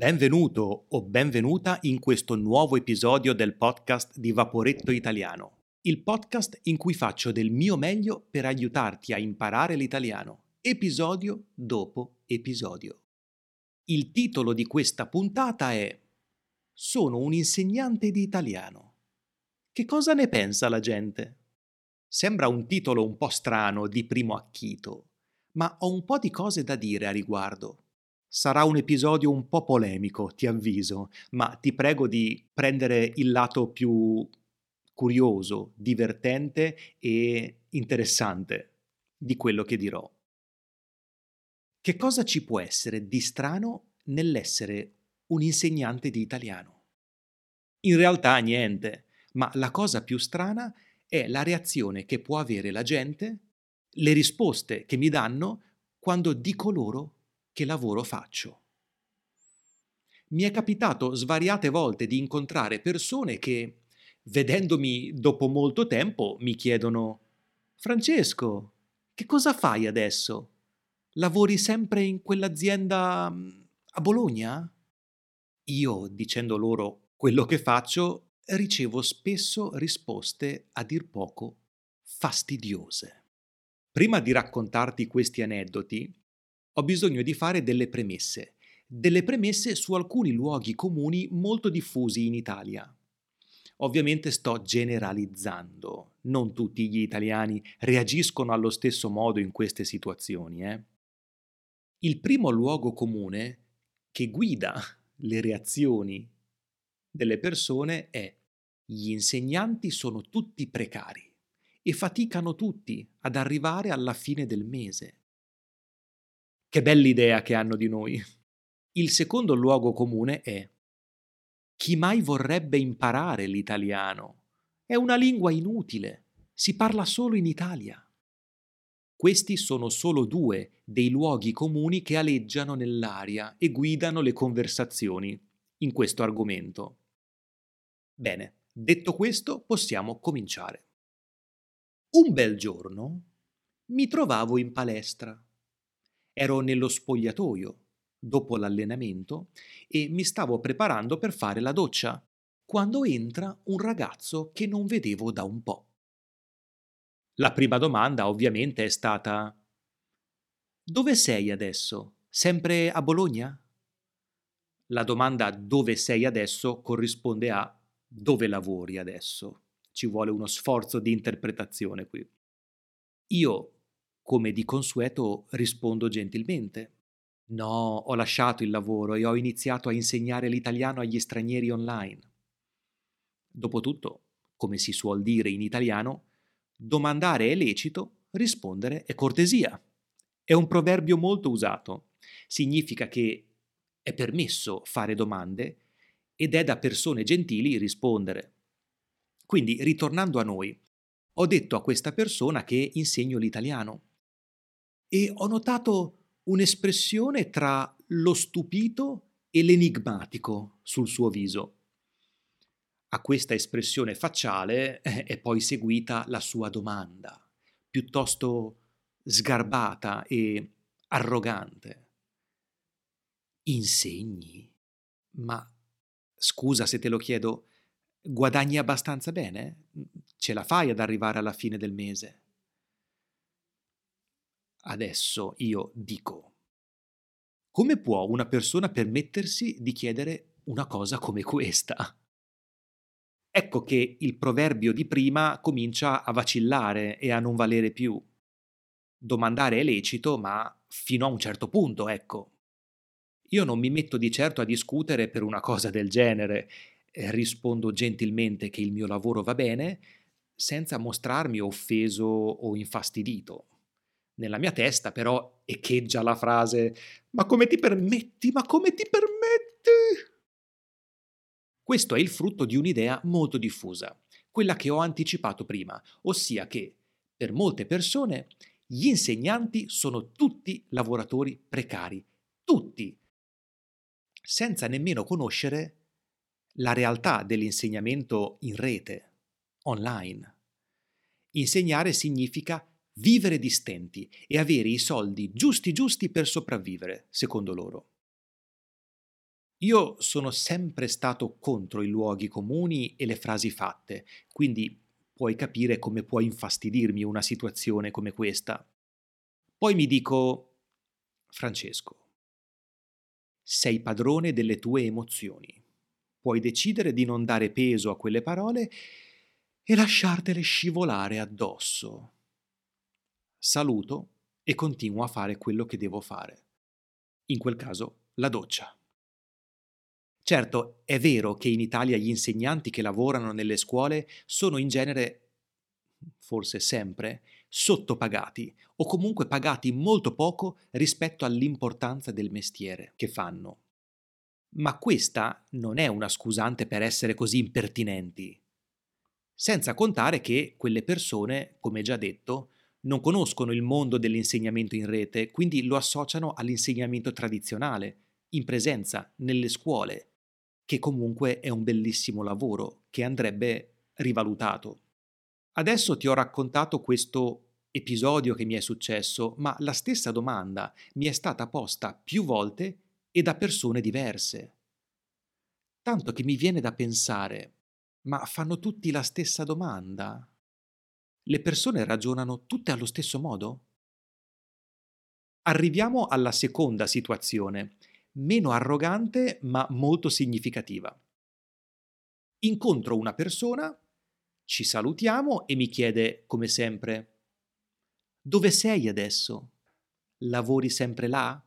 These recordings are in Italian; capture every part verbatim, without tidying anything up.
Benvenuto o benvenuta in questo nuovo episodio del podcast di Vaporetto Italiano, il podcast in cui faccio del mio meglio per aiutarti a imparare l'italiano, episodio dopo episodio. Il titolo di questa puntata è Sono un insegnante di italiano. Che cosa ne pensa la gente? Sembra un titolo un po' strano di primo acchito, ma ho un po' di cose da dire a riguardo. Sarà un episodio un po' polemico, ti avviso, ma ti prego di prendere il lato più curioso, divertente e interessante di quello che dirò. Che cosa ci può essere di strano nell'essere un insegnante di italiano? In realtà niente, ma la cosa più strana è la reazione che può avere la gente, le risposte che mi danno quando dico loro che lavoro faccio. Mi è capitato svariate volte di incontrare persone che, vedendomi dopo molto tempo, mi chiedono: Francesco, che cosa fai adesso? Lavori sempre in quell'azienda mh, a Bologna? Io, dicendo loro quello che faccio, ricevo spesso risposte a dir poco fastidiose. Prima di raccontarti questi aneddoti, ho bisogno di fare delle premesse. Delle premesse su alcuni luoghi comuni molto diffusi in Italia. Ovviamente sto generalizzando, non tutti gli italiani reagiscono allo stesso modo in queste situazioni. Eh? Il primo luogo comune che guida le reazioni delle persone è: gli insegnanti sono tutti precari e faticano tutti ad arrivare alla fine del mese. Che bell'idea che hanno di noi! Il secondo luogo comune è: chi mai vorrebbe imparare l'italiano? È una lingua inutile, si parla solo in Italia. Questi sono solo due dei luoghi comuni che aleggiano nell'aria e guidano le conversazioni in questo argomento. Bene, detto questo, possiamo cominciare. Un bel giorno mi trovavo in palestra. Ero nello spogliatoio dopo l'allenamento e mi stavo preparando per fare la doccia, quando entra un ragazzo che non vedevo da un po'. La prima domanda ovviamente è stata: dove sei adesso? Sempre a Bologna? La domanda dove sei adesso corrisponde a dove lavori adesso. Ci vuole uno sforzo di interpretazione qui. Io, come di consueto, rispondo gentilmente: no, ho lasciato il lavoro e ho iniziato a insegnare l'italiano agli stranieri online. Dopotutto, come si suol dire in italiano, domandare è lecito, rispondere è cortesia. È un proverbio molto usato. Significa che è permesso fare domande ed è da persone gentili rispondere. Quindi, ritornando a noi, ho detto a questa persona che insegno l'italiano e ho notato un'espressione tra lo stupito e l'enigmatico sul suo viso. A questa espressione facciale è poi seguita la sua domanda, piuttosto sgarbata e arrogante. Insegni? Ma scusa se te lo chiedo, guadagni abbastanza bene? Ce la fai ad arrivare alla fine del mese? Adesso io dico: come può una persona permettersi di chiedere una cosa come questa? Ecco che il proverbio di prima comincia a vacillare e a non valere più. Domandare è lecito, ma fino a un certo punto, ecco. Io non mi metto di certo a discutere per una cosa del genere, eh, rispondo gentilmente che il mio lavoro va bene, senza mostrarmi offeso o infastidito. Nella mia testa però echeggia la frase: ma come ti permetti? Ma come ti permetti? Questo è il frutto di un'idea molto diffusa, quella che ho anticipato prima, ossia che per molte persone gli insegnanti sono tutti lavoratori precari, tutti, senza nemmeno conoscere la realtà dell'insegnamento in rete, online. Insegnare significa vivere di stenti e avere i soldi giusti giusti per sopravvivere, secondo loro. Io sono sempre stato contro i luoghi comuni e le frasi fatte, quindi puoi capire come può infastidirmi una situazione come questa. Poi mi dico: Francesco, sei padrone delle tue emozioni. Puoi decidere di non dare peso a quelle parole e lasciartele scivolare addosso. Saluto e continuo a fare quello che devo fare. In quel caso, la doccia. Certo, è vero che in Italia gli insegnanti che lavorano nelle scuole sono in genere, forse sempre, sottopagati o comunque pagati molto poco rispetto all'importanza del mestiere che fanno. Ma questa non è una scusante per essere così impertinenti. Senza contare che quelle persone, come già detto, non conoscono il mondo dell'insegnamento in rete, quindi lo associano all'insegnamento tradizionale, in presenza, nelle scuole, che comunque è un bellissimo lavoro che andrebbe rivalutato. Adesso ti ho raccontato questo episodio che mi è successo, ma la stessa domanda mi è stata posta più volte e da persone diverse. Tanto che mi viene da pensare, ma fanno tutti la stessa domanda? Le persone ragionano tutte allo stesso modo? Arriviamo alla seconda situazione, meno arrogante ma molto significativa. Incontro una persona, ci salutiamo e mi chiede, come sempre: dove sei adesso? Lavori sempre là?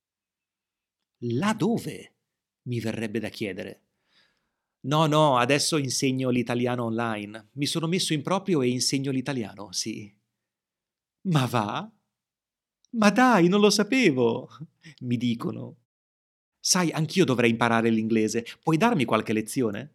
Là dove? Mi verrebbe da chiedere. No, no, adesso insegno l'italiano online. Mi sono messo in proprio e insegno l'italiano, sì. Ma va? Ma dai, non lo sapevo! Mi dicono. Sai, anch'io dovrei imparare l'inglese. Puoi darmi qualche lezione?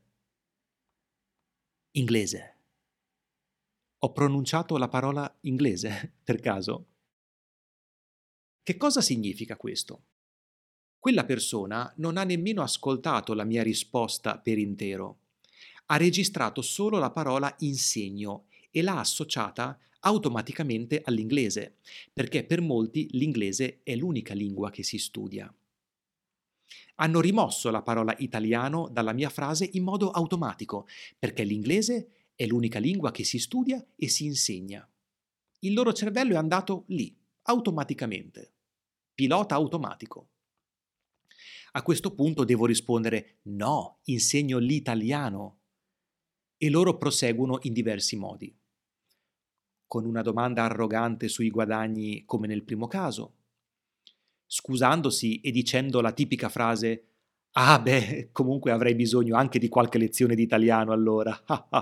Inglese. Ho pronunciato la parola inglese, per caso? Che cosa significa questo? Quella persona non ha nemmeno ascoltato la mia risposta per intero. Ha registrato solo la parola insegno e l'ha associata automaticamente all'inglese, perché per molti l'inglese è l'unica lingua che si studia. Hanno rimosso la parola italiano dalla mia frase in modo automatico, perché l'inglese è l'unica lingua che si studia e si insegna. Il loro cervello è andato lì, automaticamente. Pilota automatico. A questo punto devo rispondere: no, insegno l'italiano. E loro proseguono in diversi modi. Con una domanda arrogante sui guadagni come nel primo caso, scusandosi e dicendo la tipica frase: ah beh, comunque avrei bisogno anche di qualche lezione di italiano allora.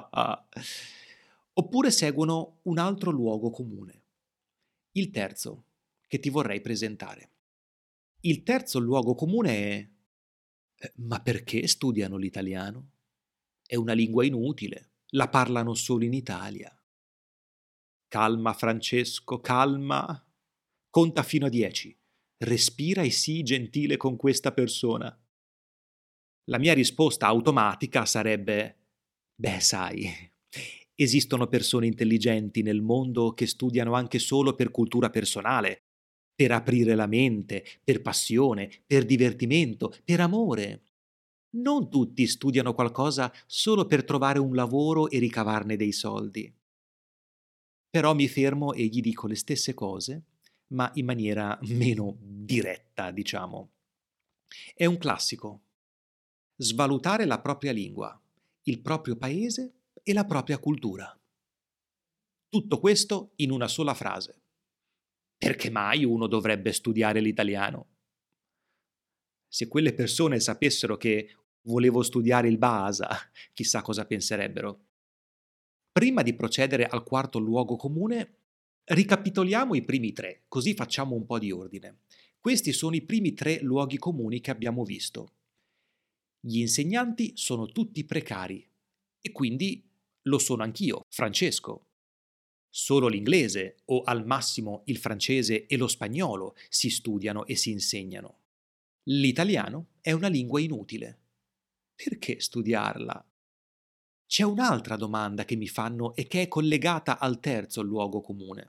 Oppure seguono un altro luogo comune. Il terzo, che ti vorrei presentare. Il terzo luogo comune è: eh, ma perché studiano l'italiano? È una lingua inutile, la parlano solo in Italia. Calma Francesco, calma. Conta fino a dieci. Respira e sii gentile con questa persona. La mia risposta automatica sarebbe: beh, sai, esistono persone intelligenti nel mondo che studiano anche solo per cultura personale, per aprire la mente, per passione, per divertimento, per amore. Non tutti studiano qualcosa solo per trovare un lavoro e ricavarne dei soldi. Però mi fermo e gli dico le stesse cose, ma in maniera meno diretta, diciamo. È un classico. Svalutare la propria lingua, il proprio paese e la propria cultura. Tutto questo in una sola frase. Perché mai uno dovrebbe studiare l'italiano? Se quelle persone sapessero che volevo studiare il Bahasa, chissà cosa penserebbero. Prima di procedere al quarto luogo comune, ricapitoliamo i primi tre, così facciamo un po' di ordine. Questi sono i primi tre luoghi comuni che abbiamo visto. Gli insegnanti sono tutti precari e quindi lo sono anch'io, Francesco. Solo l'inglese o al massimo il francese e lo spagnolo si studiano e si insegnano. L'italiano è una lingua inutile. Perché studiarla? C'è un'altra domanda che mi fanno e che è collegata al terzo luogo comune.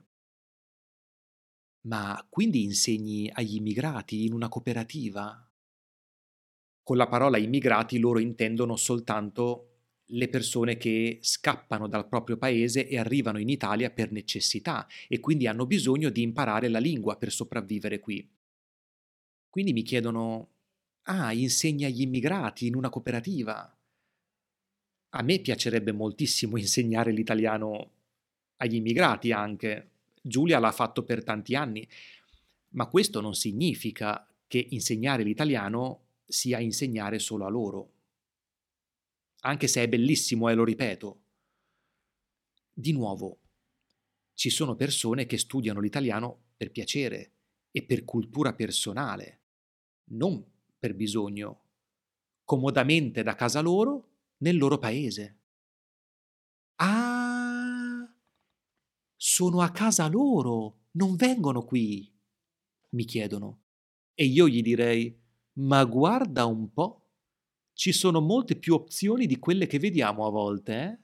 Ma quindi insegni agli immigrati in una cooperativa? Con la parola immigrati loro intendono soltanto le persone che scappano dal proprio paese e arrivano in Italia per necessità e quindi hanno bisogno di imparare la lingua per sopravvivere qui. Quindi mi chiedono: "Ah, insegni agli immigrati in una cooperativa?" A me piacerebbe moltissimo insegnare l'italiano agli immigrati anche. Giulia l'ha fatto per tanti anni, ma questo non significa che insegnare l'italiano sia insegnare solo a loro. Anche se è bellissimo, e lo ripeto. Di nuovo, ci sono persone che studiano l'italiano per piacere e per cultura personale, non per bisogno, comodamente da casa loro, nel loro paese. Ah, sono a casa loro, non vengono qui, mi chiedono. E io gli direi: ma guarda un po', ci sono molte più opzioni di quelle che vediamo a volte, eh?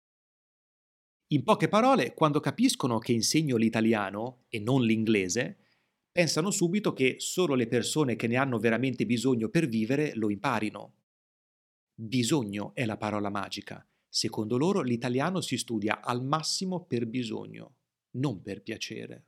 In poche parole, quando capiscono che insegno l'italiano e non l'inglese, pensano subito che solo le persone che ne hanno veramente bisogno per vivere lo imparino. Bisogno è la parola magica. Secondo loro l'italiano si studia al massimo per bisogno, non per piacere.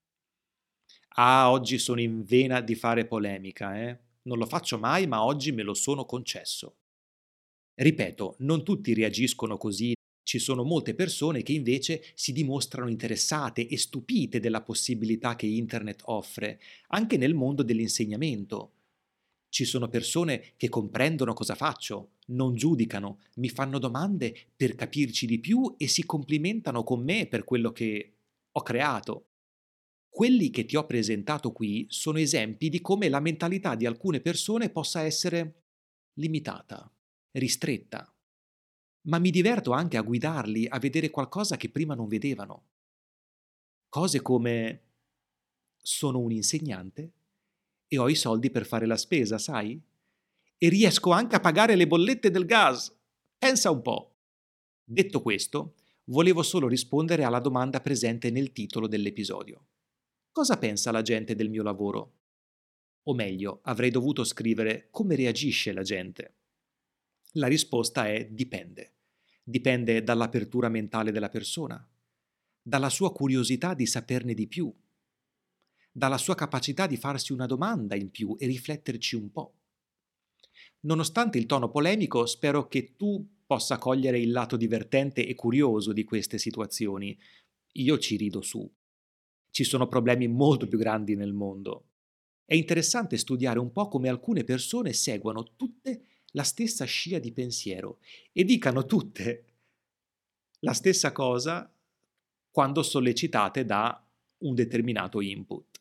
Ah, oggi sono in vena di fare polemica, eh? Non lo faccio mai, ma oggi me lo sono concesso. Ripeto, non tutti reagiscono così. Ci sono molte persone che invece si dimostrano interessate e stupite della possibilità che Internet offre, anche nel mondo dell'insegnamento. Ci sono persone che comprendono cosa faccio, non giudicano, mi fanno domande per capirci di più e si complimentano con me per quello che ho creato. Quelli che ti ho presentato qui sono esempi di come la mentalità di alcune persone possa essere limitata, ristretta. Ma mi diverto anche a guidarli a vedere qualcosa che prima non vedevano. Cose come: sono un insegnante e ho i soldi per fare la spesa, sai? E riesco anche a pagare le bollette del gas. Pensa un po'. Detto questo, volevo solo rispondere alla domanda presente nel titolo dell'episodio. Cosa pensa la gente del mio lavoro? O meglio, avrei dovuto scrivere: come reagisce la gente? La risposta è: dipende. Dipende dall'apertura mentale della persona, dalla sua curiosità di saperne di più, dalla sua capacità di farsi una domanda in più e rifletterci un po'. Nonostante il tono polemico, spero che tu possa cogliere il lato divertente e curioso di queste situazioni. Io ci rido su. Ci sono problemi molto più grandi nel mondo. È interessante studiare un po' come alcune persone seguano tutte la stessa scia di pensiero e dicano tutte la stessa cosa quando sollecitate da un determinato input.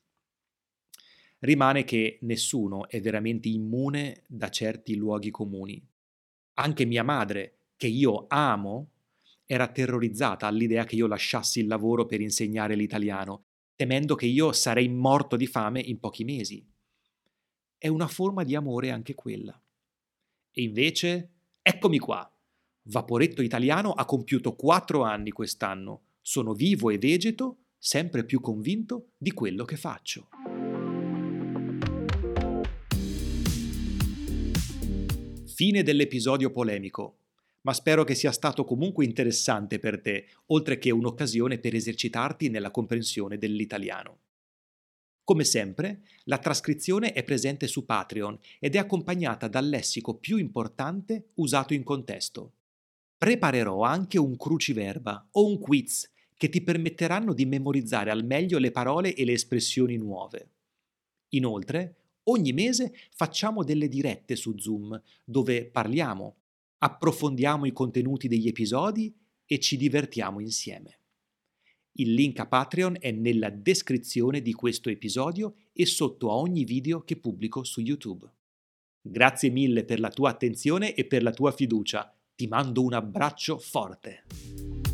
Rimane che nessuno è veramente immune da certi luoghi comuni. Anche mia madre, che io amo, era terrorizzata all'idea che io lasciassi il lavoro per insegnare l'italiano, temendo che io sarei morto di fame in pochi mesi. È una forma di amore anche quella. E invece, eccomi qua. Vaporetto Italiano ha compiuto quattro anni quest'anno. Sono vivo e vegeto, sempre più convinto di quello che faccio. Fine dell'episodio polemico, ma spero che sia stato comunque interessante per te, oltre che un'occasione per esercitarti nella comprensione dell'italiano. Come sempre, la trascrizione è presente su Patreon ed è accompagnata dal lessico più importante usato in contesto. Preparerò anche un cruciverba o un quiz che ti permetteranno di memorizzare al meglio le parole e le espressioni nuove. Inoltre, ogni mese facciamo delle dirette su Zoom dove parliamo, approfondiamo i contenuti degli episodi e ci divertiamo insieme. Il link a Patreon è nella descrizione di questo episodio e sotto a ogni video che pubblico su YouTube. Grazie mille per la tua attenzione e per la tua fiducia. Ti mando un abbraccio forte.